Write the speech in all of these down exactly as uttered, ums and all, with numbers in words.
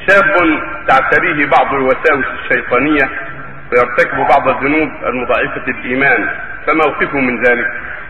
شاب تعتريه بعض الوساوس الشيطانية ويرتكب بعض الذنوب المضاعفة الإيمان، فموقفه من ذلك؟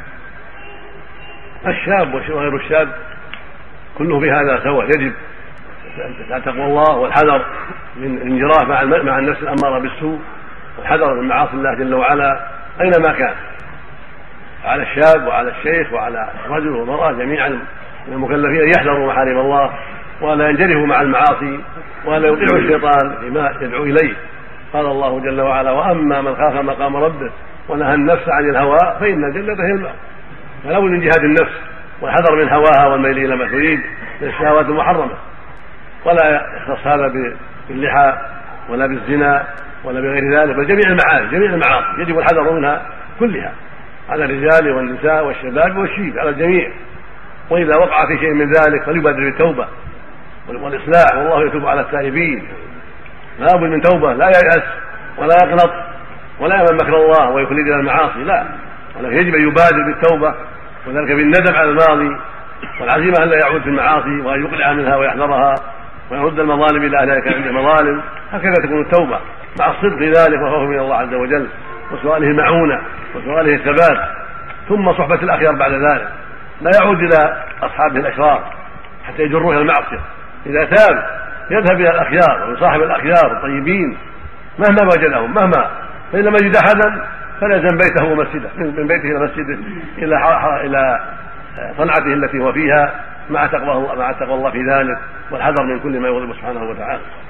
الشاب وغير الشاب كله في هذا سواء، يجب تقوى الله والحذر من الانجراف مع النفس الأمارة بالسوء، والحذر من معاصي الله جل وعلا أينما كان، على الشاب وعلى الشيخ وعلى الرجل والمرأة جميعا من المكلفين أن يحذروا محارم الله ولا ينجرفوا مع المعاصي ولا يطيعوا الشيطان فيما يدعو إليه. قال الله جل وعلا: وأما من خاف مقام ربه ونهى النفس عن الهوى فإن الجنة هي المأوى. فلا بد من جهاد النفس والحذر من هواها والميل إلى ما تريد من الشهوات المحرمة، ولا يختص هذا باللحى ولا بالزنا ولا بغير ذلك، بل جميع المعاصي جميع المعاصي يجب الحذر منها كلها على الرجال والنساء والشباب والشيب، على الجميع. وإذا وقع في شيء من ذلك فليبادر بالتوبة والإصلاح، والله يتوب على التائبين. لا بد من توبة، لا ييأس ولا يقنط ولا يأمن مكر الله ويخلد إلى المعاصي، لا، ولكن يجب أن يبادر بالتوبة، وذلك بالندم على الماضي والعزيمة أن لا يعود في المعاصي وأن يقلع منها ويحذرها ويرد المظالم إلى أهلها كان عنده مظالم. هكذا تكون التوبة مع الصدق في ذلك والخوف من الله عز وجل وسؤاله المعونة وسؤاله الثبات، ثم صحبة الأخيار بعد ذلك. لا يعود إلى أصحابه الأشرار حتى يجروه إلى المعصية. إذا تاب يذهب إلى الأخيار ويصاحب الأخيار الطيبين مهما وجدهم، مهما فإن لم يجد أحدا فليزم بيته ومسجده، من بيته إلى مسجده إلى إلى صنعته التي هو فيها، مع تقوى الله مع تقوى الله في ذلك والحذر من كل ما يغضب سبحانه وتعالى.